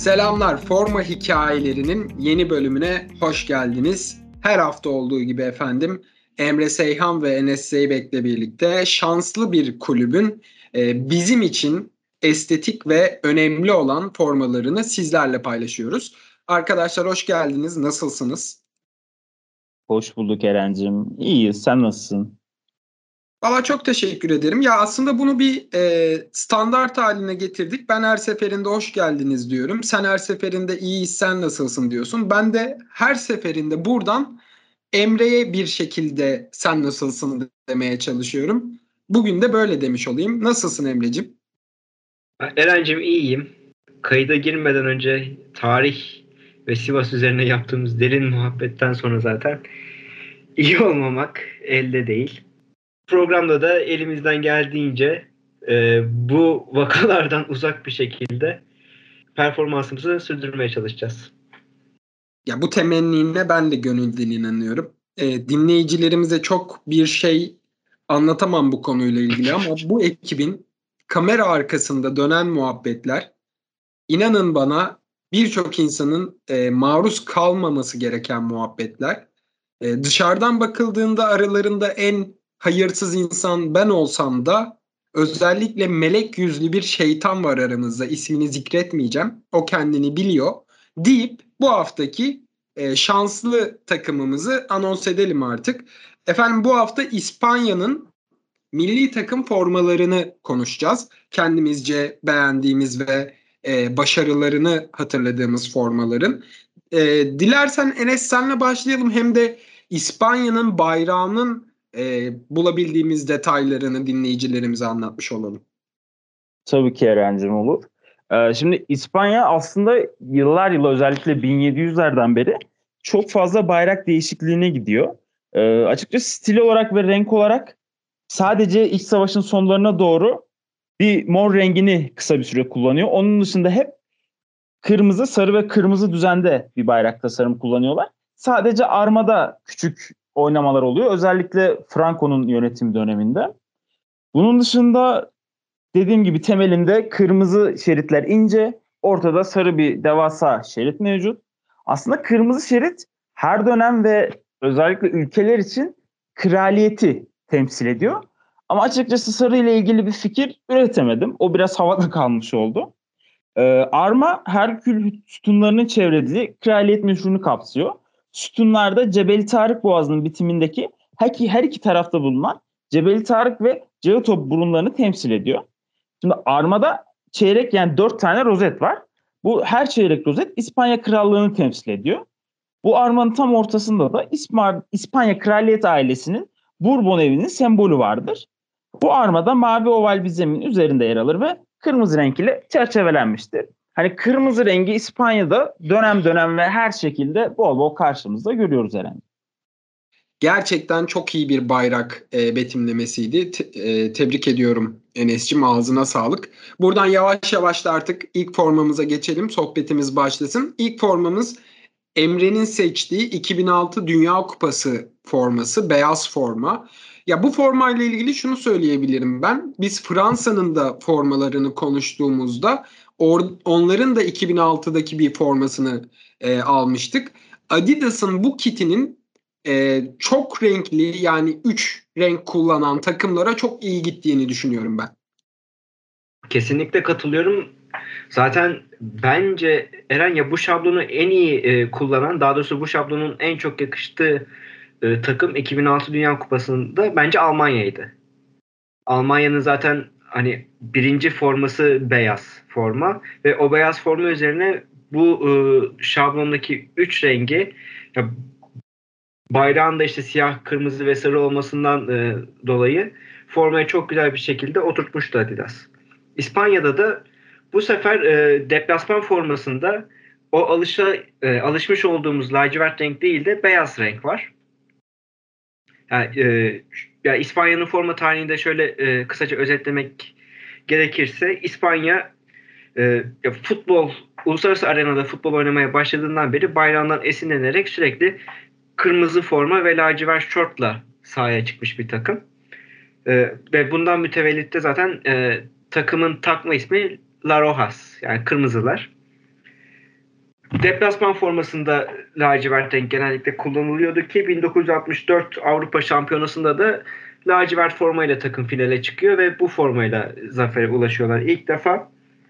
Selamlar, Forma Hikayelerinin yeni bölümüne hoş geldiniz. Her hafta olduğu gibi efendim Emre Seyhan ve Enes Zeybek'le birlikte şanslı bir kulübün bizim için estetik ve önemli olan formalarını sizlerle paylaşıyoruz. Arkadaşlar hoş geldiniz, nasılsınız? Hoş bulduk Eren'cim. İyiyiz. Sen nasılsın? Valla çok teşekkür ederim. Ya aslında bunu bir standart haline getirdik. Ben her seferinde hoş geldiniz diyorum. Sen her seferinde iyiyiz, sen nasılsın diyorsun. Ben de her seferinde buradan Emre'ye bir şekilde sen nasılsın demeye çalışıyorum. Bugün de böyle demiş olayım. Nasılsın Emre'cim? Eren'cim iyiyim. Kayıda girmeden önce tarih ve Sivas üzerine yaptığımız derin muhabbetten sonra zaten iyi olmamak elde değil. Programda da elimizden geldiğince bu vakalardan uzak bir şekilde performansımızı sürdürmeye çalışacağız. Ya bu temennine ben de gönülden inanıyorum. Dinleyicilerimize çok bir şey anlatamam bu konuyla ilgili ama bu ekibin kamera arkasında dönen muhabbetler, İnanın bana birçok insanın maruz kalmaması gereken muhabbetler. Dışarıdan bakıldığında aralarında en hayırsız insan ben olsam da özellikle melek yüzlü bir şeytan var aramızda. İsmini zikretmeyeceğim. O kendini biliyor deyip bu haftaki şanslı takımımızı anons edelim artık. Efendim bu hafta İspanya'nın milli takım formalarını konuşacağız. Kendimizce beğendiğimiz ve başarılarını hatırladığımız formaların. Dilersen Enes senle başlayalım. Hem de İspanya'nın bayrağının bulabildiğimiz detaylarını dinleyicilerimize anlatmış olalım. Tabii ki Eren'cim olur. Şimdi İspanya aslında yıllar yılı özellikle 1700'lerden beri çok fazla bayrak değişikliğine gidiyor. Açıkçası stil olarak ve renk olarak sadece İç Savaş'ın sonlarına doğru bir mor rengini kısa bir süre kullanıyor. Onun dışında hep kırmızı, sarı ve kırmızı düzende bir bayrak tasarım kullanıyorlar. Sadece armada küçük oynamalar oluyor. Özellikle Franco'nun yönetim döneminde. Bunun dışında dediğim gibi temelinde kırmızı şeritler ince, ortada sarı bir devasa şerit mevcut. Aslında kırmızı şerit her dönem ve özellikle ülkeler için kraliyeti temsil ediyor. Ama açıkçası sarı ile ilgili bir fikir üretemedim. O biraz havada kalmış oldu. Arma Herkül sütunlarının çevrelediği kraliyet meşrunu kapsıyor. Sütunlarda Cebeli Tarık Boğazı'nın bitimindeki her iki tarafta bulunan Cebeli Tarık ve Ceutop burunlarını temsil ediyor. Şimdi armada çeyrek yani 4 tane rozet var. Bu her çeyrek rozet İspanya Krallığı'nı temsil ediyor. Bu armanın tam ortasında da İspanya Kraliyet ailesinin Bourbon evinin sembolü vardır. Bu armada mavi oval bir zemin üzerinde yer alır ve kırmızı renk ile çerçevelenmiştir. Hani kırmızı rengi İspanya'da dönem dönem ve her şekilde bol bol karşımızda görüyoruz herhalde. Gerçekten çok iyi bir bayrak betimlemesiydi. Tebrik ediyorum Enes'cim, ağzına sağlık. Buradan yavaş yavaş da artık ilk formamıza geçelim. Sohbetimiz başlasın. İlk formamız Emre'nin seçtiği 2006 Dünya Kupası forması, beyaz forma. Ya bu formayla ilgili şunu söyleyebilirim ben. Biz Fransa'nın da formalarını konuştuğumuzda onların da 2006'daki bir formasını almıştık. Adidas'ın bu kitinin çok renkli, yani 3 renk kullanan takımlara çok iyi gittiğini düşünüyorum ben. Kesinlikle katılıyorum. Zaten bence Eren ya bu şablonu en iyi kullanan, daha doğrusu bu şablonun en çok yakıştığı takım 2006 Dünya Kupası'nda bence Almanya'ydı. Almanya'nın zaten hani birinci forması beyaz forma ve o beyaz forma üzerine bu şablondaki 3 rengi, ya, bayrağın da işte siyah, kırmızı ve sarı olmasından dolayı formaya çok güzel bir şekilde oturtmuştu Adidas. İspanya'da da bu sefer deplasman formasında o alışmış olduğumuz lacivert renk değil de beyaz renk var. Yani, ya İspanya'nın forma tarihini de şöyle kısaca özetlemek gerekirse, İspanya uluslararası arenada futbol oynamaya başladığından beri bayrağından esinlenerek sürekli kırmızı forma ve lacivert şortla sahaya çıkmış bir takım. Ve bundan mütevellit de zaten takımın takma ismi La Rojas, yani Kırmızılar. Deplasman formasında lacivert renk genellikle kullanılıyordu ki 1964 Avrupa Şampiyonası'nda da lacivert formayla takım finale çıkıyor ve bu formayla zafere ulaşıyorlar ilk defa.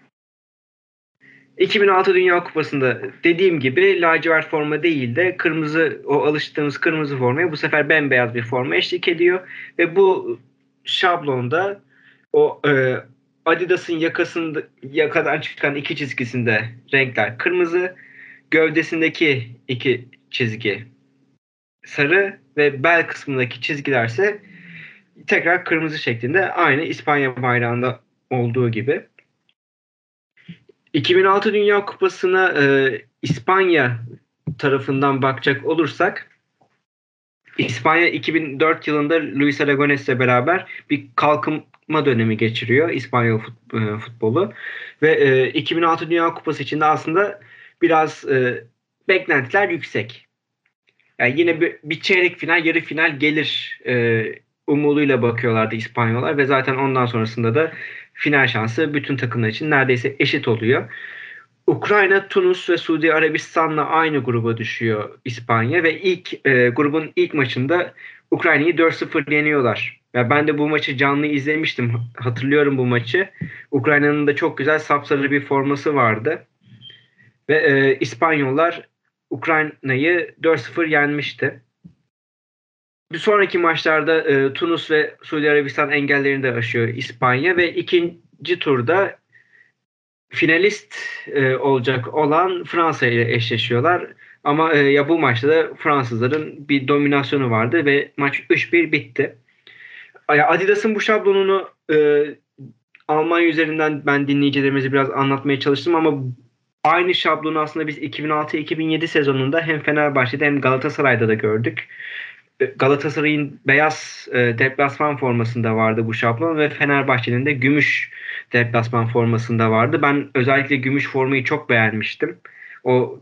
2006 Dünya Kupası'nda dediğim gibi lacivert forma değil de kırmızı, o alıştığımız kırmızı formaya bu sefer bembeyaz bir forma eşlik ediyor ve bu şablonda o Adidas'ın yakadan çıkan iki çizgisinde renkler kırmızı, gövdesindeki iki çizgi sarı ve bel kısmındaki çizgilerse tekrar kırmızı şeklinde, aynı İspanya bayrağında olduğu gibi. 2006 Dünya Kupası'na İspanya tarafından bakacak olursak, İspanya 2004 yılında Luis Aragones'le beraber bir kalkınma dönemi geçiriyor İspanyol futbolu ve 2006 Dünya Kupası için de aslında biraz beklentiler yüksek. Yani yine bir çeyrek final, yarı final gelir umuduyla bakıyorlardı İspanyollar ve zaten ondan sonrasında da final şansı bütün takımlar için neredeyse eşit oluyor. Ukrayna, Tunus ve Suudi Arabistan'la aynı gruba düşüyor İspanya ve grubun ilk maçında Ukrayna'yı 4-0 yeniyorlar. Ya ben de bu maçı canlı izlemiştim. Hatırlıyorum bu maçı. Ukrayna'nın da çok güzel sapsarı bir forması vardı. Ve İspanyollar Ukrayna'yı 4-0 yenmişti. Bir sonraki maçlarda Tunus ve Suudi Arabistan engellerini de aşıyor İspanya ve ikinci turda finalist olacak olan Fransa ile eşleşiyorlar. Ama ya bu maçta da Fransızların bir dominasyonu vardı ve maç 3-1 bitti. Adidas'ın bu şablonunu Almanya üzerinden ben dinleyicilerimize biraz anlatmaya çalıştım ama aynı şablonu aslında biz 2006-2007 sezonunda hem Fenerbahçe'de hem Galatasaray'da da gördük. Galatasaray'ın beyaz deplasman formasında vardı bu şablon ve Fenerbahçe'nin de gümüş deplasman formasında vardı. Ben özellikle gümüş formayı çok beğenmiştim. O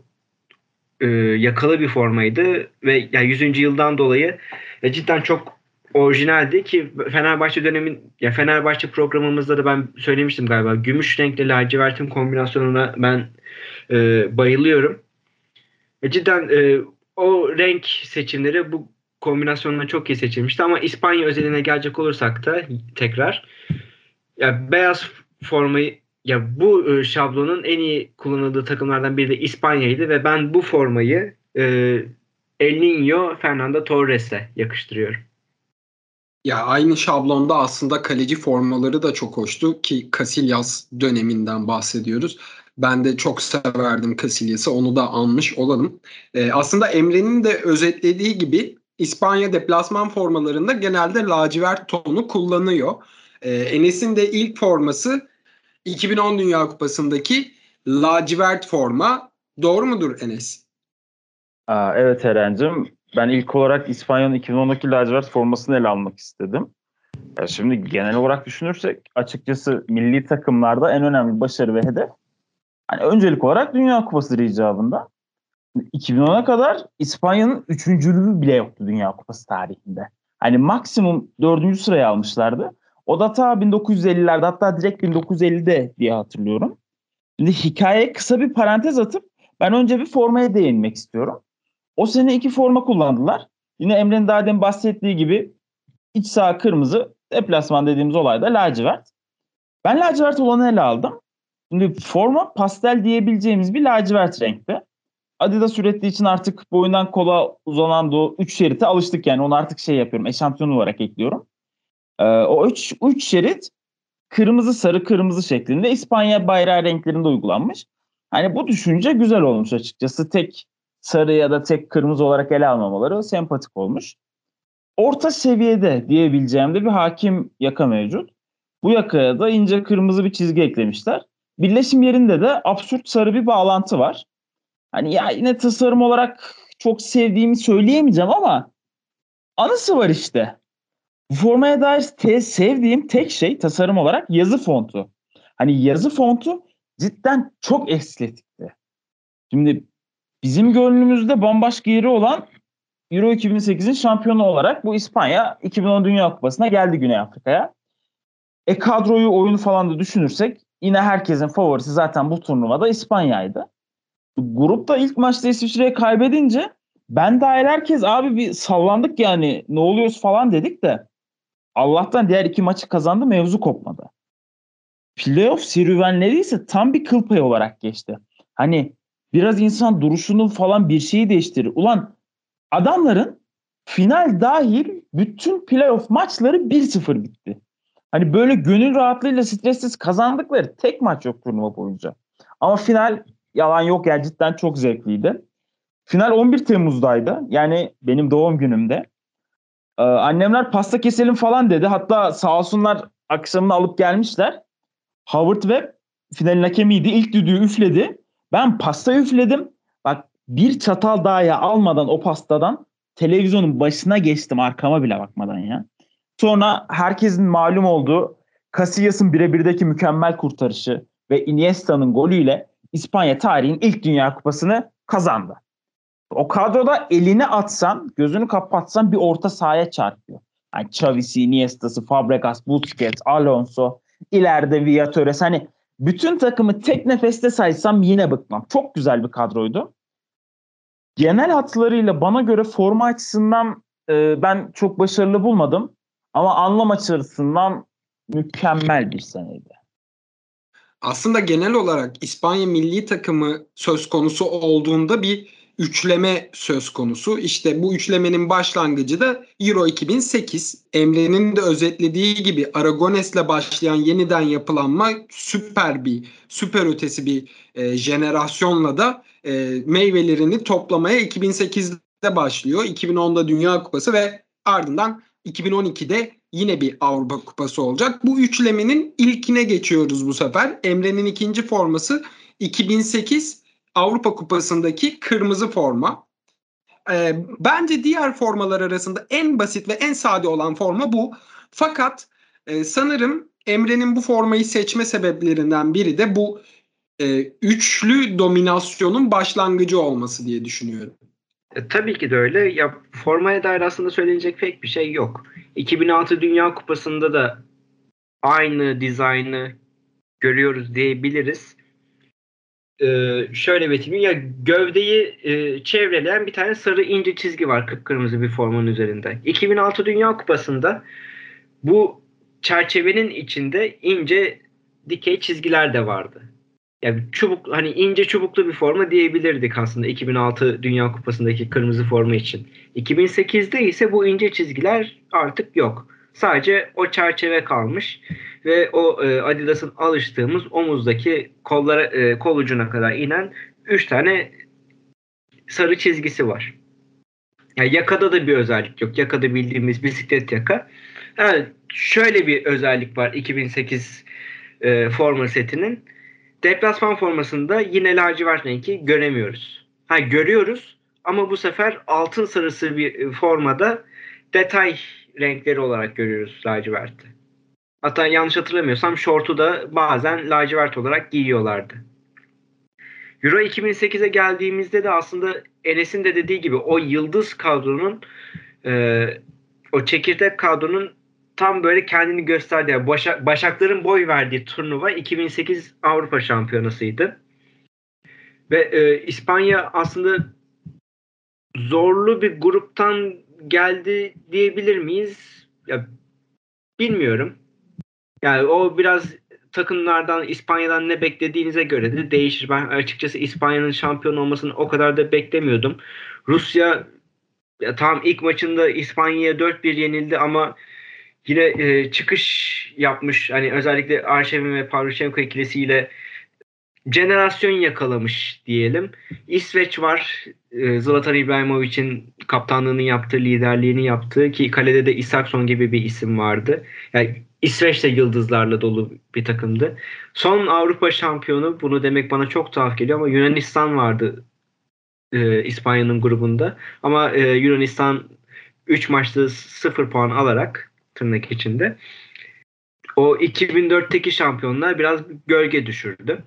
yakalı bir formaydı ve yani 100. yıldan dolayı cidden çok orijinaldi ki Fenerbahçe programımızda da ben söylemiştim galiba. Gümüş renkli lacivertin kombinasyonuna ben bayılıyorum. Cidden o renk seçimleri bu kombinasyonla çok iyi seçilmişti ama İspanya özeline gelecek olursak da tekrar beyaz formayı bu şablonun en iyi kullanıldığı takımlardan biri de İspanya'ydı ve ben bu formayı El Niño Fernando Torres'e yakıştırıyorum. Ya aynı şablonda aslında kaleci formaları da çok hoştu ki Casillas döneminden bahsediyoruz. Ben de çok severdim Casillas'ı, onu da anmış olalım. Aslında Emre'nin de özetlediği gibi İspanya deplasman formalarında genelde lacivert tonu kullanıyor. Enes'in de ilk forması 2010 Dünya Kupası'ndaki lacivert forma. Doğru mudur Enes? Evet Eren'cim. Ben ilk olarak İspanya'nın 2010'daki lacivert formasını ele almak istedim. Şimdi genel olarak düşünürsek açıkçası milli takımlarda en önemli başarı ve hedef hani öncelik olarak Dünya Kupası'dır icabında. 2010'a kadar İspanya'nın üçüncülüğü bile yoktu Dünya Kupası tarihinde. Hani maksimum 4. sıraya almışlardı. O da ta 1950'lerde, hatta direkt 1950'de diye hatırlıyorum. Şimdi hikayeye kısa bir parantez atıp ben önce bir formaya değinmek istiyorum. O sene 2 forma kullandılar. Yine Emre'nin daha demin bahsettiği gibi iç saha kırmızı, deplasman dediğimiz olayda lacivert. Ben lacivert olanı ele aldım. Şimdi forma pastel diyebileceğimiz bir lacivert renkte. Adidas ürettiği için artık boyundan kola uzanan o 3 şerite alıştık yani. Onu artık yapıyorum, eşantiyon olarak ekliyorum. O 3 şerit kırmızı sarı kırmızı şeklinde İspanya bayrağı renklerinde uygulanmış. Hani bu düşünce güzel olmuş açıkçası. Tek sarı ya da tek kırmızı olarak ele almamaları sempatik olmuş. Orta seviyede diyebileceğim de bir hakim yaka mevcut. Bu yakaya da ince kırmızı bir çizgi eklemişler. Birleşim yerinde de absürt sarı bir bağlantı var. Hani ya yine tasarım olarak çok sevdiğimi söyleyemeyeceğim ama anısı var işte. Bu formaya dair sevdiğim tek şey tasarım olarak yazı fontu. Hani yazı fontu cidden çok estetikti. Şimdi bizim gönlümüzde bambaşka yeri olan Euro 2008'in şampiyonu olarak bu İspanya 2010 Dünya Kupası'na geldi Güney Afrika'ya. Kadroyu, oyunu falan da düşünürsek yine herkesin favorisi zaten bu turnuvada İspanya'ydı. Grupta ilk maçta İsviçre'ye kaybedince ben dahil herkes abi bir sallandık yani ne oluyoruz falan dedik de Allah'tan diğer iki maçı kazandı, mevzu kopmadı. Playoff serüvenleri ise tam bir kıl payı olarak geçti. Hani biraz insan duruşunu falan bir şeyi değiştirir. Ulan adamların final dahil bütün playoff maçları 1-0 bitti. Hani böyle gönül rahatlığıyla stressiz kazandıkları tek maç yok turnuva boyunca. Ama final yalan yok yani cidden çok zevkliydi. Final 11 Temmuz'daydı. Yani benim doğum günümde. Annemler pasta keselim falan dedi. Hatta sağ olsunlar akşamını alıp gelmişler. Howard Webb finalin hakemiydi. İlk düdüğü üfledi. Ben pasta üfledim. Bak bir çatal daha almadan o pastadan televizyonun başına geçtim arkama bile bakmadan ya. Sonra herkesin malum olduğu Casillas'ın birebirdeki mükemmel kurtarışı ve Iniesta'nın golüyle İspanya tarihin ilk Dünya Kupası'nı kazandı. O kadroda elini atsan, gözünü kapatsan bir orta sahaya çarpıyor. Yani Xavi'si, Iniesta'sı, Fabregas, Busquets, Alonso, ileride Villa Torres. Hani bütün takımı tek nefeste saysam yine bıkmam. Çok güzel bir kadroydu. Genel hatlarıyla bana göre forma açısından ben çok başarılı bulmadım. Ama anlam açısından mükemmel bir seneydi. Aslında genel olarak İspanya milli takımı söz konusu olduğunda bir üçleme söz konusu. İşte bu üçlemenin başlangıcı da Euro 2008. Emre'nin de özetlediği gibi Aragones'le başlayan yeniden yapılanma süper ötesi bir jenerasyonla da meyvelerini toplamaya 2008'de başlıyor. 2010'da Dünya Kupası ve ardından 2012'de yine bir Avrupa Kupası olacak. Bu üçlemenin ilkine geçiyoruz bu sefer. Emre'nin ikinci forması 2008 Avrupa Kupası'ndaki kırmızı forma. Bence diğer formalar arasında en basit ve en sade olan forma bu. Fakat sanırım Emre'nin bu formayı seçme sebeplerinden biri de bu üçlü dominasyonun başlangıcı olması diye düşünüyorum. Tabii ki de öyle. Ya formaya dair aslında söylenecek pek bir şey yok. 2006 Dünya Kupası'nda da aynı dizaynı görüyoruz diyebiliriz. Şöyle betimleyeyim. Ya gövdeyi çevreleyen bir tane sarı ince çizgi var kıpkırmızı bir formanın üzerinde. 2006 Dünya Kupası'nda bu çerçevenin içinde ince dikey çizgiler de vardı. Yani hani ince çubuklu bir forma diyebilirdik aslında 2006 Dünya Kupası'ndaki kırmızı forma için. 2008'de ise bu ince çizgiler artık yok. Sadece o çerçeve kalmış ve o Adidas'ın alıştığımız omuzdaki kol ucuna kadar inen 3 tane sarı çizgisi var. Yani yakada da bir özellik yok. Yakada bildiğimiz bisiklet yaka. Yani şöyle bir özellik var 2008 forma setinin. Deplasman formasında yine lacivert rengi göremiyoruz. Görüyoruz ama bu sefer altın sarısı bir formada detay renkleri olarak görüyoruz laciverti. Hatta yanlış hatırlamıyorsam şortu da bazen lacivert olarak giyiyorlardı. Euro 2008'e geldiğimizde de aslında Enes'in de dediği gibi o yıldız kadronun o çekirdek kadronun tam böyle kendini gösterdiği, yani Başakların boy verdiği turnuva 2008 Avrupa Şampiyonası'ydı. Ve İspanya aslında zorlu bir gruptan geldi diyebilir miyiz? Ya bilmiyorum. Yani o biraz takımlardan, İspanya'dan ne beklediğinize göre de değişir. Ben açıkçası İspanya'nın şampiyon olmasını o kadar da beklemiyordum. Rusya tam ilk maçında İspanya'ya 4-1 yenildi ama yine çıkış yapmış. Hani özellikle Arşavin ve Pavlyuchenko ikilisiyle jenerasyon yakalamış diyelim. İsveç var. Zlatan İbrahimovic'in kaptanlığını yaptığı, liderliğini yaptığı, ki kalede de Isaksson gibi bir isim vardı. Yani İsveç de yıldızlarla dolu bir takımdı. Son Avrupa şampiyonu, bunu demek bana çok tuhaf geliyor ama Yunanistan vardı İspanya'nın grubunda. Ama Yunanistan 3 maçta 0 puan alarak tırnak içinde o 2004'teki şampiyonlar biraz gölge düşürdü.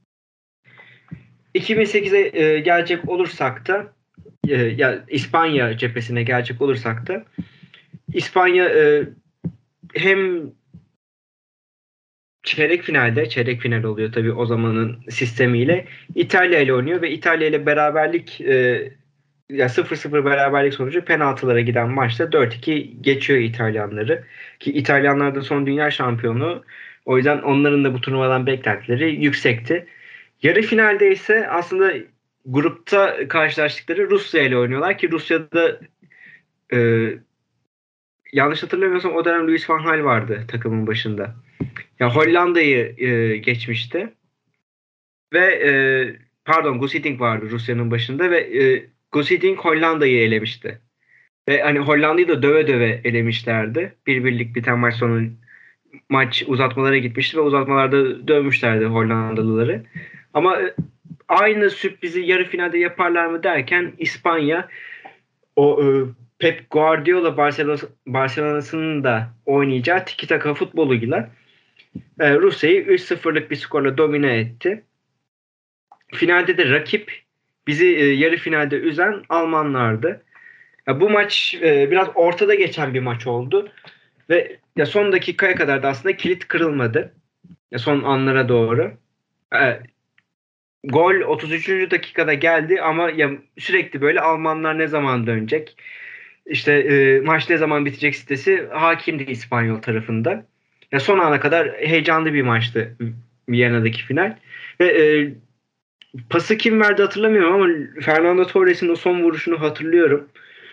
2008'e gelecek olursak da ya İspanya cephesine gelecek olursak da İspanya hem çeyrek final oluyor tabii o zamanın sistemiyle. İtalya ile oynuyor ve İtalya ile beraberlik ya 0-0 beraberlik sonucu penaltılara giden maçta 4-2 geçiyor İtalyanları. Ki İtalyanlar da son dünya şampiyonu. O yüzden onların da bu turnuvadan beklentileri yüksekti. Yarı finalde ise aslında grupta karşılaştıkları Rusya ile oynuyorlar ki Rusya'da yanlış hatırlamıyorsam o dönem Louis van Gaal vardı takımın başında. Ya Hollanda'yı geçmişti. Ve pardon Guus Hiddink vardı Rusya'nın başında ve Guus Hiddink Hollanda'yı elemişti. Ve hani Hollanda'yı da döve döve elemişlerdi. 1-1'lik biten maç sonu maç uzatmalara gitmişti ve uzatmalarda dövmüşlerdi Hollandalıları. Ama aynı sürprizi yarı finalde yaparlar mı derken İspanya o Pep Guardiola Barcelona'sının da oynayacağı tiki taka futboluyla Rusya'yı 3-0'lık bir skorla domine etti. Finalde de rakip bizi yarı finalde üzen Almanlardı. Ya bu maç biraz ortada geçen bir maç oldu ve ya son dakikaya kadar da aslında kilit kırılmadı. Ya son anlara doğru. Gol 33. dakikada geldi ama ya sürekli böyle Almanlar ne zaman dönecek? İşte maç ne zaman bitecek sitesi hakimdi İspanyol tarafında. Ya son ana kadar heyecanlı bir maçtı Viyana'daki final. Ve pası kim verdi hatırlamıyorum ama Fernando Torres'in o son vuruşunu hatırlıyorum.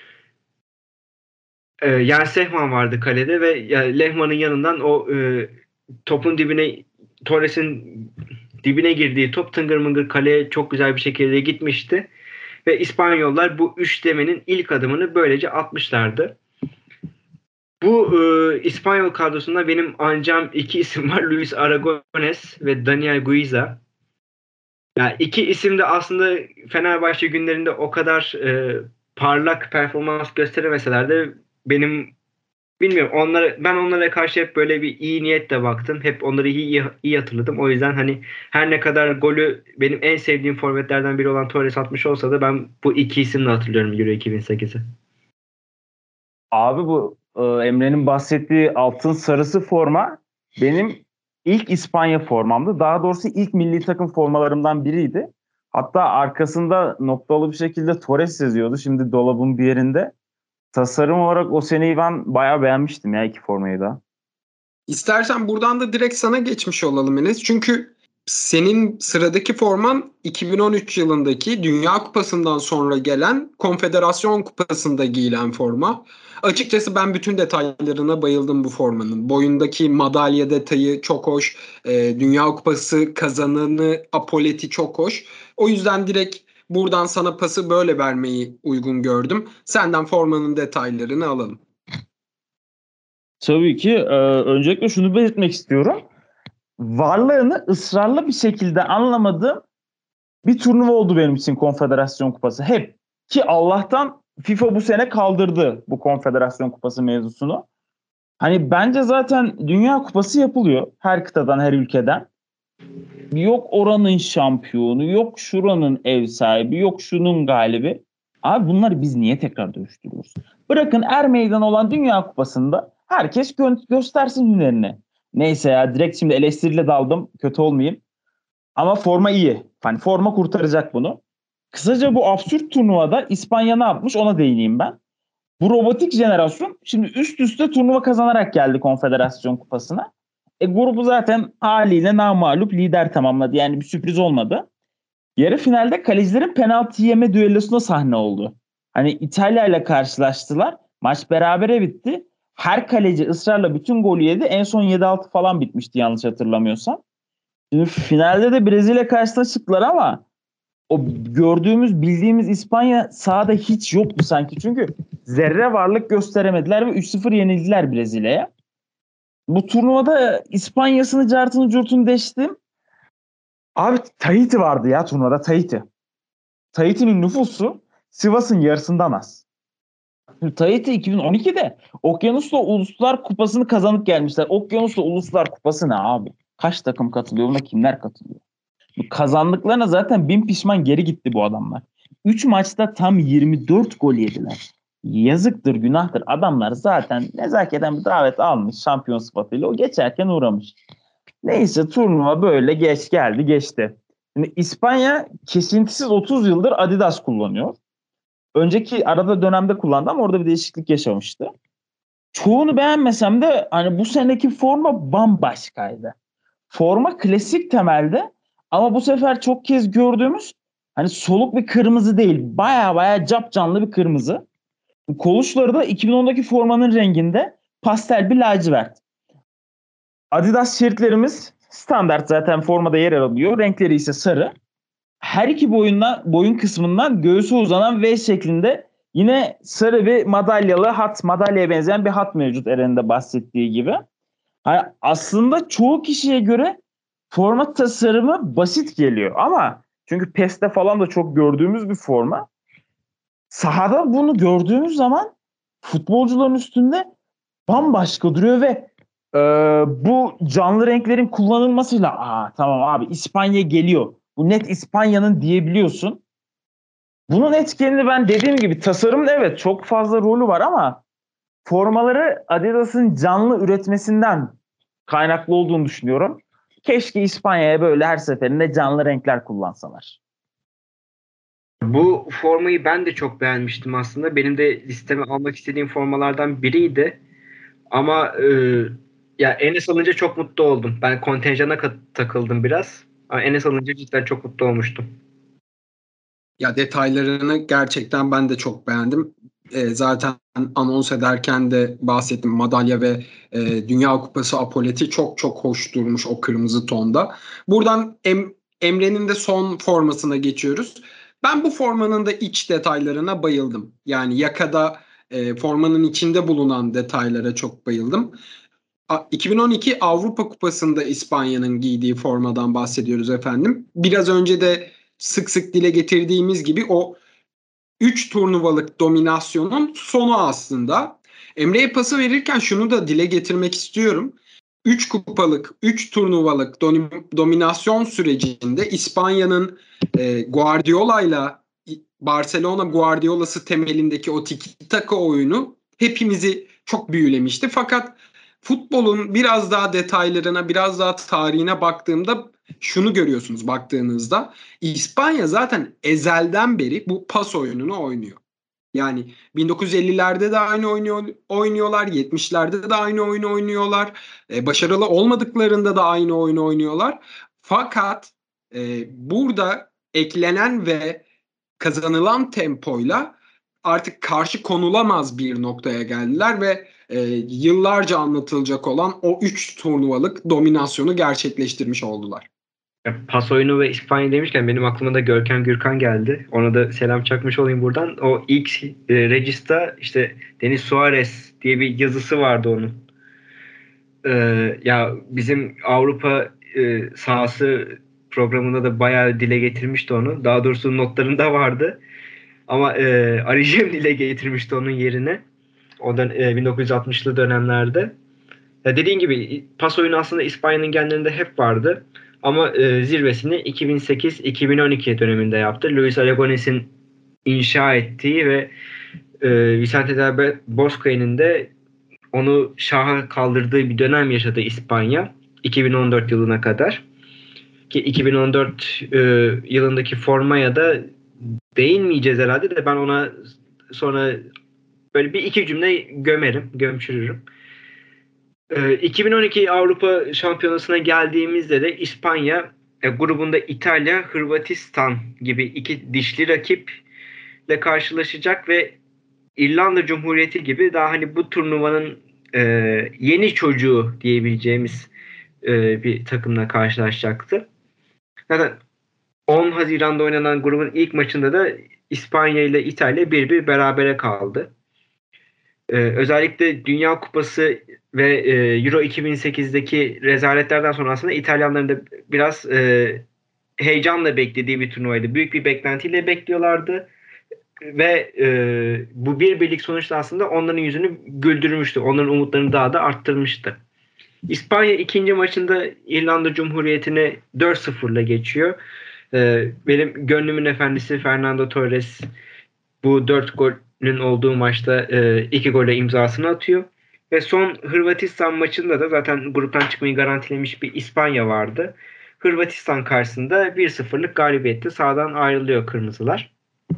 Jens Lehmann vardı kalede ve Lehmann'ın yanından o topun dibine Torres'in dibine girdiği top tıngır mıngır kaleye çok güzel bir şekilde gitmişti. Ve İspanyollar bu üçlemenin ilk adımını böylece atmışlardı. Bu İspanyol kadrosunda benim ancam iki isim var. Luis Aragones ve Daniel Guiza. Yani iki isim de aslında Fenerbahçe günlerinde o kadar parlak performans gösteremeseler de benim bilmiyorum ben onlara karşı hep böyle bir iyi niyetle baktım. Hep onları iyi hatırladım. O yüzden hani her ne kadar golü benim en sevdiğim forvetlerden biri olan Torres atmış olsa da ben bu iki isimle hatırlıyorum Euro 2008'i. Abi bu Emre'nin bahsettiği altın sarısı forma benim ilk İspanya formamdı. Daha doğrusu ilk milli takım formalarımdan biriydi. Hatta arkasında noktalı bir şekilde Torres yazıyordu. Şimdi dolabın bir yerinde. Tasarım olarak o seneyi ben bayağı beğenmiştim ya iki formayı da. İstersen buradan da direkt sana geçmiş olalım Enes. Çünkü senin sıradaki forman 2013 yılındaki Dünya Kupası'ndan sonra gelen Konfederasyon Kupası'nda giyilen forma. Açıkçası ben bütün detaylarına bayıldım bu formanın. Boyundaki madalya detayı çok hoş. Dünya Kupası kazananı apoleti çok hoş. O yüzden direkt buradan sana pası böyle vermeyi uygun gördüm. Senden formanın detaylarını alalım. Tabii ki. Öncelikle şunu belirtmek istiyorum. Varlığını ısrarlı bir şekilde anlamadığım bir turnuva oldu benim için Konfederasyon Kupası. Hep. Ki Allah'tan FIFA bu sene kaldırdı bu Konfederasyon Kupası mevzusunu. Hani bence zaten Dünya Kupası yapılıyor. Her kıtadan, her ülkeden. Yok oranın şampiyonu, yok şuranın ev sahibi, yok şunun galibi. Abi bunları biz niye tekrar dövüştürüyoruz? Bırakın er meydan olan Dünya Kupası'nda herkes göstersin hünerini. Neyse ya direkt şimdi eleştiriyle daldım. Kötü olmayayım. Ama forma iyi. Hani forma kurtaracak bunu. Kısaca bu absürt turnuvada İspanya ne yapmış ona değineyim ben. Bu robotik jenerasyon şimdi üst üste turnuva kazanarak geldi Konfederasyon Kupası'na. Grubu zaten haliyle namağlup lider tamamladı. Yani bir sürpriz olmadı. Yarı finalde kalecilerin penaltı yeme düellosuna sahne oldu. Hani İtalya ile karşılaştılar. Maç berabere bitti. Her kaleci ısrarla bütün golü yedi. En son 7-6 falan bitmişti yanlış hatırlamıyorsam. Şimdi finalde de Brezilya karşısına çıktılar ama o gördüğümüz, bildiğimiz İspanya sahada hiç yoktu sanki. Çünkü zerre varlık gösteremediler ve 3-0 yenildiler Brezilya'ya. Bu turnuvada İspanya'sını, cartını, curtunu deştim. Abi Tahiti vardı ya turnuvada Tahiti. Tahiti'nin nüfusu Sivas'ın yarısından az. Şimdi Tahiti 2012'de Okyanusla Uluslar Kupası'nı kazanıp gelmişler. Okyanusla Uluslar Kupası ne abi? Kaç takım katılıyor? Buna kimler katılıyor? Bu kazandıklarına zaten bin pişman geri gitti bu adamlar. 3 maçta tam 24 gol yediler. Yazıktır, günahtır. Adamlar zaten nezaketen bir davet almış şampiyon sıfatıyla. O geçerken uğramış. Neyse turnuva böyle geldi geçti. Şimdi İspanya kesintisiz 30 yıldır Adidas kullanıyor. Önceki arada dönemde kullandı ama orada bir değişiklik yaşamıştı. Çoğunu beğenmesem de hani bu seneki forma bambaşkaydı. Forma klasik temelde ama bu sefer çok kez gördüğümüz hani soluk bir kırmızı değil. Baya baya capcanlı bir kırmızı. Koluşları da 2010'daki formanın renginde pastel bir lacivert. Adidas şeritlerimiz standart zaten formada yer alıyor. Renkleri ise sarı. Her iki boyun kısmından göğüse uzanan V şeklinde yine sarı bir madalyalı hat, madalyaya benzeyen bir hat mevcut Eren'in de bahsettiği gibi. Yani aslında çoğu kişiye göre forma tasarımı basit geliyor ama çünkü PES'te falan da çok gördüğümüz bir forma. Sahada bunu gördüğümüz zaman futbolcuların üstünde bambaşka duruyor ve bu canlı renklerin kullanılmasıyla tamam abi İspanya geliyor. Bu net İspanya'nın diyebiliyorsun. Bunun etkenini ben dediğim gibi tasarımın evet çok fazla rolü var ama formaları Adidas'ın canlı üretmesinden kaynaklı olduğunu düşünüyorum. Keşke İspanya'ya böyle her seferinde canlı renkler kullansalar. Bu formayı ben de çok beğenmiştim aslında. Benim de listeme almak istediğim formalardan biriydi. Ama ya Enes alınca çok mutlu oldum. Ben kontenjana takıldım biraz. Ama Enes alınca cidden çok mutlu olmuştum. Ya detaylarını gerçekten ben de çok beğendim. Zaten anons ederken de bahsettim. Madalya ve Dünya Kupası apoleti çok çok hoş durmuş o kırmızı tonda. Buradan Emre'nin de son formasına geçiyoruz. Ben bu formanın da iç detaylarına bayıldım. Yani yakada formanın içinde bulunan detaylara çok bayıldım. 2012 Avrupa Kupası'nda İspanya'nın giydiği formadan bahsediyoruz efendim. Biraz önce de sık sık dile getirdiğimiz gibi o 3 turnuvalık dominasyonun sonu aslında. Emre'ye pası verirken şunu da dile getirmek istiyorum. 3 kupalık, 3 turnuvalık dominasyon sürecinde İspanya'nın Guardiola'yla Barcelona Guardiola'sı temelindeki o tiki taka oyunu hepimizi çok büyülemişti. Fakat futbolun biraz daha detaylarına, biraz daha tarihine baktığımda şunu görüyorsunuz baktığınızda. İspanya zaten ezelden beri bu pas oyununu oynuyor. Yani 1950'lerde de aynı oynuyorlar, 70'lerde de aynı oyunu oynuyorlar. Başarılı olmadıklarında da aynı oyunu oynuyorlar. Fakat burada eklenen ve kazanılan tempoyla artık karşı konulamaz bir noktaya geldiler ve yıllarca anlatılacak olan o 3 turnuvalık dominasyonu gerçekleştirmiş oldular. Pas oyunu ve İspanya demişken benim aklıma da Görkem Gürkan geldi. Ona da selam çakmış olayım buradan. O ilk Regis'ta işte Denis Suarez diye bir yazısı vardı onun. Ya bizim Avrupa sahası programında da bayağı dile getirmişti onu. Daha doğrusu notlarında vardı. Ama Aricem dile getirmişti onun yerine. O da 1960'lı dönemlerde. Ya dediğin gibi pas oyunu aslında İspanya'nın genlerinde hep vardı. Ama zirvesini 2008-2012 döneminde yaptı. Luis Aragones'in inşa ettiği ve Vicente del Bosque'nin de onu şaha kaldırdığı bir dönem yaşadı İspanya. 2014 yılına kadar. Ki 2014 yılındaki formaya da değinmeyeceğiz herhalde de ben ona sonra böyle bir iki cümle gömçürürüm. 2012 Avrupa Şampiyonası'na geldiğimizde de İspanya grubunda İtalya, Hırvatistan gibi iki dişli rakiple karşılaşacak ve İrlanda Cumhuriyeti gibi daha hani bu turnuvanın yeni çocuğu diyebileceğimiz bir takımla karşılaşacaktı. Zaten 10 Haziran'da oynanan grubun ilk maçında da İspanya ile İtalya 1-1 berabere kaldı. Özellikle Dünya Kupası ve Euro 2008'deki rezaletlerden sonra aslında İtalyanların da biraz heyecanla beklediği bir turnuvaydı. Büyük bir beklentiyle bekliyorlardı. Ve bu bir birlik sonuçta aslında onların yüzünü güldürmüştü. Onların umutlarını daha da arttırmıştı. İspanya ikinci maçında İrlanda Cumhuriyeti'ne 4-0'la geçiyor. Benim gönlümün efendisi Fernando Torres bu 4 golün olduğu maçta 2 gole imzasını atıyor. Ve son Hırvatistan maçında da zaten gruptan çıkmayı garantilemiş bir İspanya vardı. Hırvatistan karşısında 1-0'lık galibiyette sahadan ayrılıyor kırmızılar.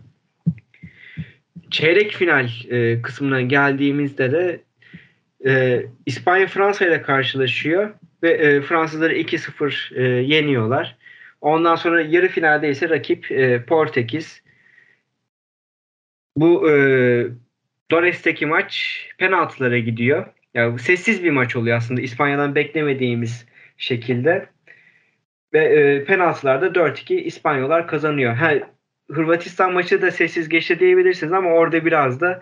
Çeyrek final kısmına geldiğimizde de İspanya Fransa ile karşılaşıyor ve Fransızları 2-0 yeniyorlar. Ondan sonra yarı finalde ise rakip Portekiz. Bu Donetsk'teki maç penaltılara gidiyor. Yani sessiz bir maç oluyor aslında İspanya'dan beklemediğimiz şekilde. Ve penaltılarda 4-2 İspanyollar kazanıyor. Hırvatistan maçı da sessiz geçti diyebilirsiniz ama orada biraz da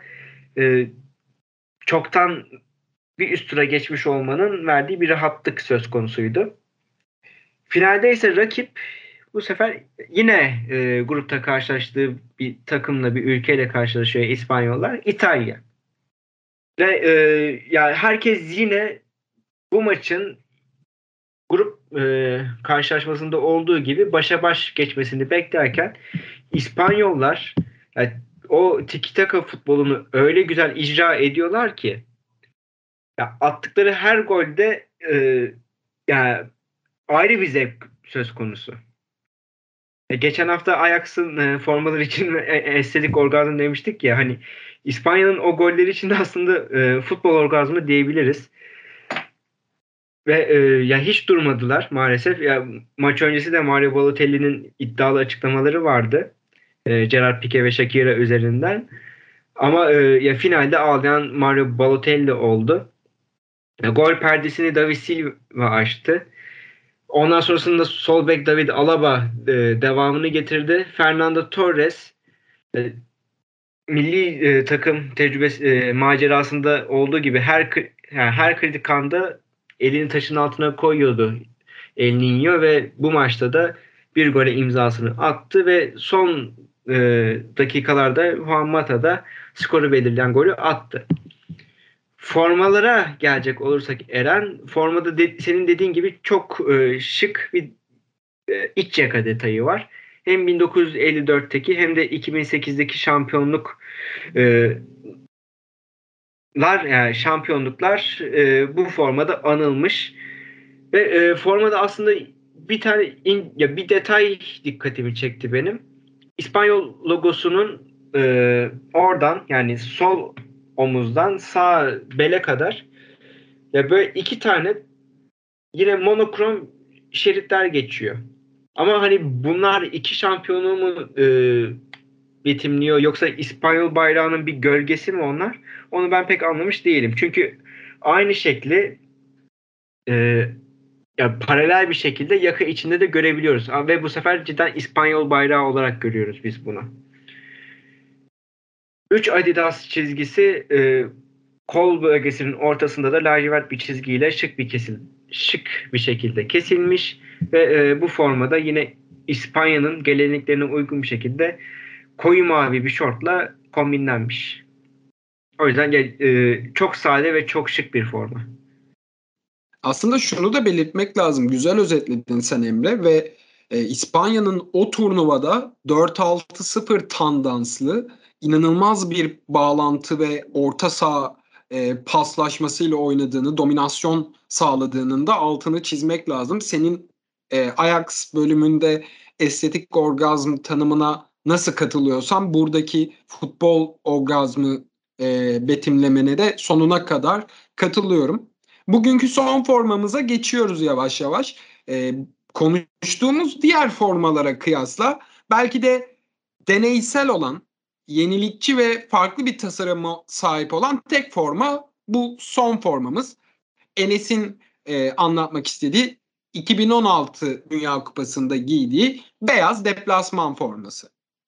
çoktan bir üst tura geçmiş olmanın verdiği bir rahatlık söz konusuydu. Finalde ise rakip bu sefer yine grupta karşılaştığı bir takımla, bir ülkeyle karşılaşıyor İspanyollar. İtalya. Ve yani herkes yine bu maçın grup karşılaşmasında olduğu gibi başa baş geçmesini beklerken İspanyollar yani o tiki taka futbolunu öyle güzel icra ediyorlar ki ya attıkları her golde yani ayrı bir zevk söz konusu. Geçen hafta Ajax'ın formaları için estetik orgazm demiştik ya hani İspanya'nın o golleri için de aslında futbol orgazmı diyebiliriz. Ve ya hiç durmadılar maalesef. Ya maç öncesi de Mario Balotelli'nin iddialı açıklamaları vardı. Gerard Piqué ve Shakira üzerinden. Ama ya finalde ağlayan Mario Balotelli oldu. Gol perdesini David Silva açtı. Ondan sonrasında sol bek David Alaba devamını getirdi. Fernando Torres milli takım tecrübesi macerasında olduğu gibi her kritik anda elini taşın altına koyuyordu El Niño ve bu maçta da bir gole imzasını attı ve son dakikalarda Juan Mata da skoru belirleyen golü attı. Formalara gelecek olursak Eren, formada senin dediğin gibi çok şık bir iç yaka detayı var. Hem 1954'teki hem de 2008'deki şampiyonluklar bu formada anılmış. Ve formada aslında bir detay dikkatimi çekti benim. İspanyol logosunun oradan yani sol omuzdan sağ bele kadar ya böyle iki tane yine monokrom şeritler geçiyor. Ama hani bunlar iki şampiyonluğu mu betimliyor yoksa İspanyol bayrağının bir gölgesi mi onlar? Onu ben pek anlamış değilim. Çünkü aynı şekli ya paralel bir şekilde yaka içinde de görebiliyoruz. Ve bu sefer cidden İspanyol bayrağı olarak görüyoruz biz bunu. 3 Adidas çizgisi kol bölgesinin ortasında da lacivert bir çizgiyle şık bir şekilde kesilmiş ve bu formada yine İspanya'nın geleneklerine uygun bir şekilde koyu mavi bir şortla kombinlenmiş. O yüzden çok sade ve çok şık bir forma. Aslında şunu da belirtmek lazım. Güzel özetledin sen Emre ve İspanya'nın o turnuvada 4-6-0 tandanslı inanılmaz bir bağlantı ve orta saha paslaşmasıyla oynadığını, dominasyon sağladığının da altını çizmek lazım. Senin Ajax bölümünde estetik orgazm tanımına nasıl katılıyorsan buradaki futbol orgazmı betimlemene de sonuna kadar katılıyorum. Bugünkü son formamıza geçiyoruz yavaş yavaş. Konuştuğumuz diğer formalara kıyasla belki de deneysel olan, yenilikçi ve farklı bir tasarıma sahip olan tek forma bu son formamız. Enes'in anlatmak istediği 2016 Dünya Kupası'nda giydiği beyaz deplasman forması.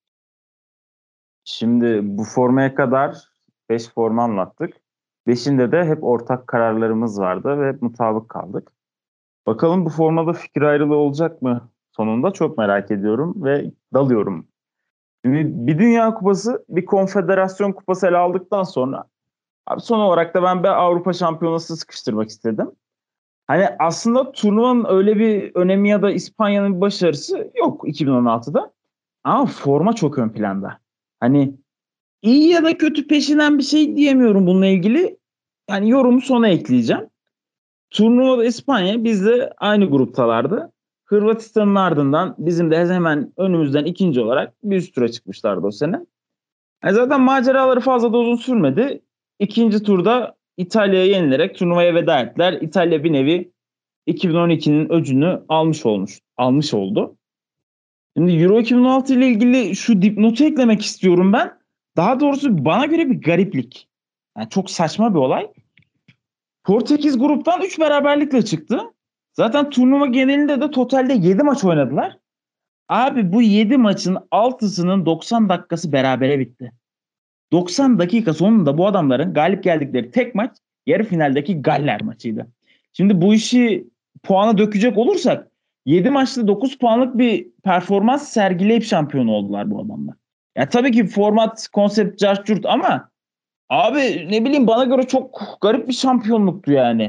Şimdi bu formaya kadar 5 forma anlattık. 5'inde de hep ortak kararlarımız vardı ve hep mutabık kaldık. Bakalım bu formada fikir ayrılığı olacak mı sonunda çok merak ediyorum ve dalıyorum. Şimdi bir Dünya Kupası, bir Konfederasyon Kupası ele aldıktan sonra abi son olarak da ben Avrupa Şampiyonası sıkıştırmak istedim. Hani aslında turnuvanın öyle bir önemi ya da İspanya'nın bir başarısı yok 2016'da. Ama forma çok ön planda. Hani iyi ya da kötü peşinden bir şey diyemiyorum bununla ilgili. yani yorumu sona ekleyeceğim. Turnuvada İspanya bizle aynı gruptalardı. Hırvatistan'ın ardından bizim de hemen önümüzden ikinci olarak bir üst tura çıkmışlardı o sene. Zaten maceraları fazla da uzun sürmedi. İkinci turda İtalya'ya yenilerek turnuvaya veda ettiler. İtalya bir nevi 2012'nin öcünü almış oldu. Şimdi Euro 2016 ile ilgili şu dipnotu eklemek istiyorum ben. Daha doğrusu bana göre bir gariplik. Yani çok saçma bir olay. Portekiz gruptan 3 beraberlikle çıktı. Zaten turnuva genelinde de totalde 7 maç oynadılar. Abi bu 7 maçın 6'sının 90 dakikası berabere bitti. 90 dakika sonunda bu adamların galip geldikleri tek maç yarı finaldeki Galler maçıydı. Şimdi bu işi puana dökecek olursak 7 maçta 9 puanlık bir performans sergileyip şampiyon oldular bu adamlar. Ya tabii ki format, konsept, cart ama abi ne bileyim bana göre çok garip bir şampiyonluktu yani.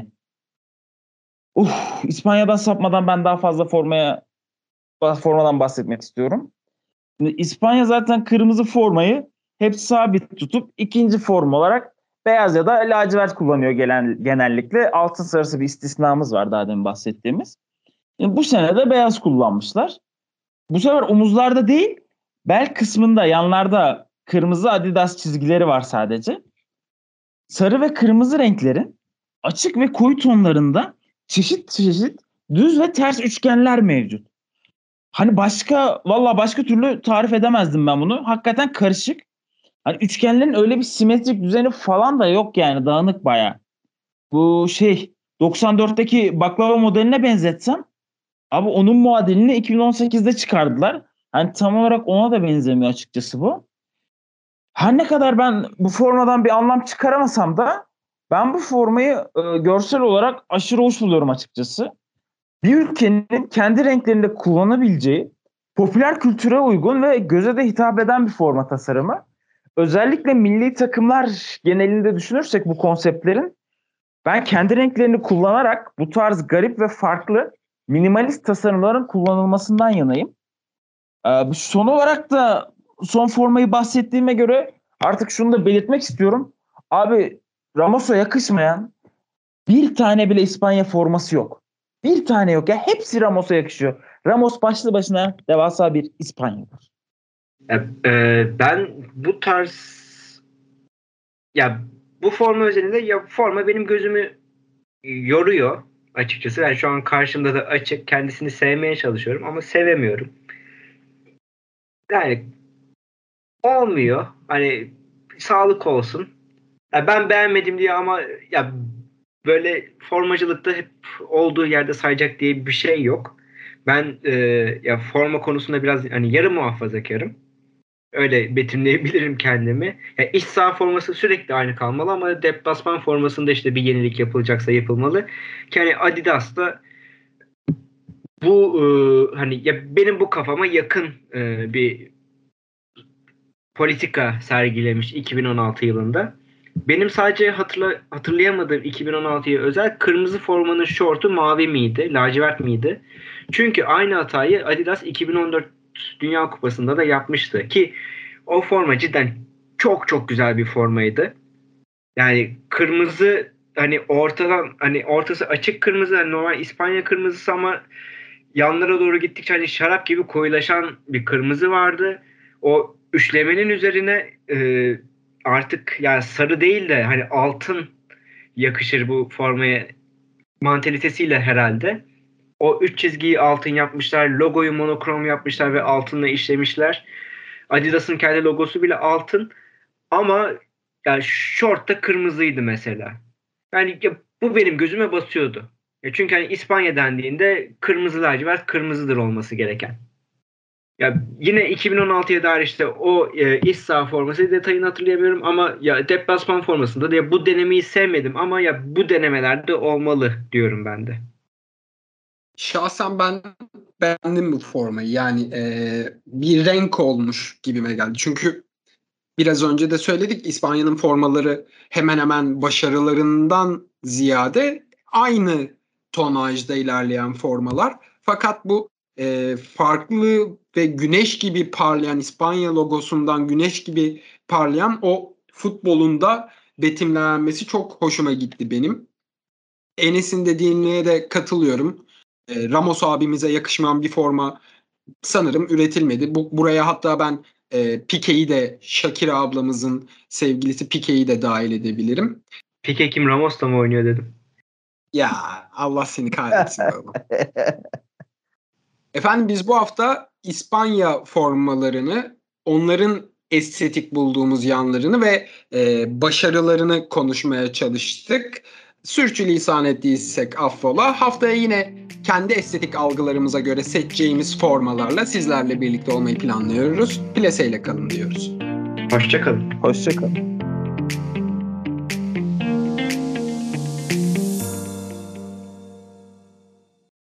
İspanya'dan sapmadan ben daha fazla formadan bahsetmek istiyorum. Şimdi İspanya zaten kırmızı formayı hep sabit tutup ikinci forma olarak beyaz ya da lacivert kullanıyor genellikle. Altın sarısı bir istisnamız var daha demin bahsettiğimiz. Bu sene de beyaz kullanmışlar. Bu sefer omuzlarda değil, bel kısmında yanlarda kırmızı Adidas çizgileri var sadece. Sarı ve kırmızı renklerin açık ve koyu tonlarında çeşit çeşit düz ve ters üçgenler mevcut. Hani başka türlü tarif edemezdim ben bunu. Hakikaten karışık. Hani üçgenlerin öyle bir simetrik düzeni falan da yok yani. Dağınık bayağı. Bu 94'teki baklava modeline benzetsem abi onun muadilini 2018'de çıkardılar. Hani tam olarak ona da benzemiyor açıkçası bu. Her ne kadar ben bu formadan bir anlam çıkaramasam da ben bu formayı görsel olarak aşırı hoş buluyorum açıkçası. Bir ülkenin kendi renklerinde kullanabileceği popüler kültüre uygun ve göze de hitap eden bir forma tasarımı. Özellikle milli takımlar genelinde düşünürsek bu konseptlerin ben kendi renklerini kullanarak bu tarz garip ve farklı minimalist tasarımların kullanılmasından yanayım. Son olarak da son formayı bahsettiğime göre artık şunu da belirtmek istiyorum. Abi Ramos'a yakışmayan bir tane bile İspanya forması yok. Bir tane yok ya. Hepsi Ramos'a yakışıyor. Ramos başlı başına devasa bir İspanyoldur. Ben bu tarz ya bu forma özelinde ya forma benim gözümü yoruyor açıkçası. Yani şu an karşımda da açık. Kendisini sevmeye çalışıyorum ama sevemiyorum. Yani olmuyor. Hani sağlık olsun. Ya ben beğenmedim diye ama ya böyle formacılıkta hep olduğu yerde sayacak diye bir şey yok. Ben ya forma konusunda biraz hani yarı muhafazakarım. Öyle betimleyebilirim kendimi. Ya iç saha forması sürekli aynı kalmalı ama deplasman formasında işte bir yenilik yapılacaksa yapılmalı. Yani Adidas da bu hani ya benim bu kafama yakın bir politika sergilemiş 2016 yılında. Benim sadece hatırlayamadığım 2016'ya özel kırmızı formanın şortu mavi miydi, lacivert miydi? Çünkü aynı hatayı Adidas 2014 Dünya Kupası'nda da yapmıştı ki o forma cidden çok çok güzel bir formaydı. Yani kırmızı hani ortadan hani ortası açık kırmızı hani normal İspanya kırmızısı ama yanlara doğru gittikçe hani şarap gibi koyulaşan bir kırmızı vardı. O üçlemenin üzerine artık yani sarı değil de hani altın yakışır bu formaya mantalitesiyle herhalde. O üç çizgiyi altın yapmışlar. Logoyu monokrom yapmışlar ve altınla işlemişler. Adidas'ın kendi logosu bile altın. Ama yani şort da kırmızıydı mesela. Yani ya, bu benim gözüme basıyordu. Çünkü hani İspanya dendiğinde kırmızı lacivert kırmızıdır olması gereken. Ya yine 2016'ya dair işte o iç saha forması detayını hatırlayamıyorum ama ya deplasman formasında da ya bu denemeyi sevmedim ama ya bu denemelerde olmalı diyorum ben de. Şahsen ben beğendim bu formayı. Yani bir renk olmuş gibime geldi. Çünkü biraz önce de söyledik, İspanya'nın formaları hemen hemen başarılarından ziyade aynı tonajda ilerleyen formalar. Fakat bu farklı ve güneş gibi parlayan, İspanya logosundan güneş gibi parlayan o futbolunda betimlenmesi çok hoşuma gitti benim. Enes'in dediğine de katılıyorum. Ramos abimize yakışmayan bir forma sanırım üretilmedi. Buraya hatta ben Pique'yi de, Shakira ablamızın sevgilisi Pique'yi de dahil edebilirim. Pique kim, Ramos da mı oynuyor dedim. Ya Allah seni kahretsin oğlum. Efendim biz bu hafta İspanya formalarını, onların estetik bulduğumuz yanlarını ve başarılarını konuşmaya çalıştık. Sürçülisan ettiysek affola. Haftaya yine kendi estetik algılarımıza göre seçeceğimiz formalarla sizlerle birlikte olmayı planlıyoruz. Plaseyle kalın diyoruz. Hoşça kalın. Hoşça kalın.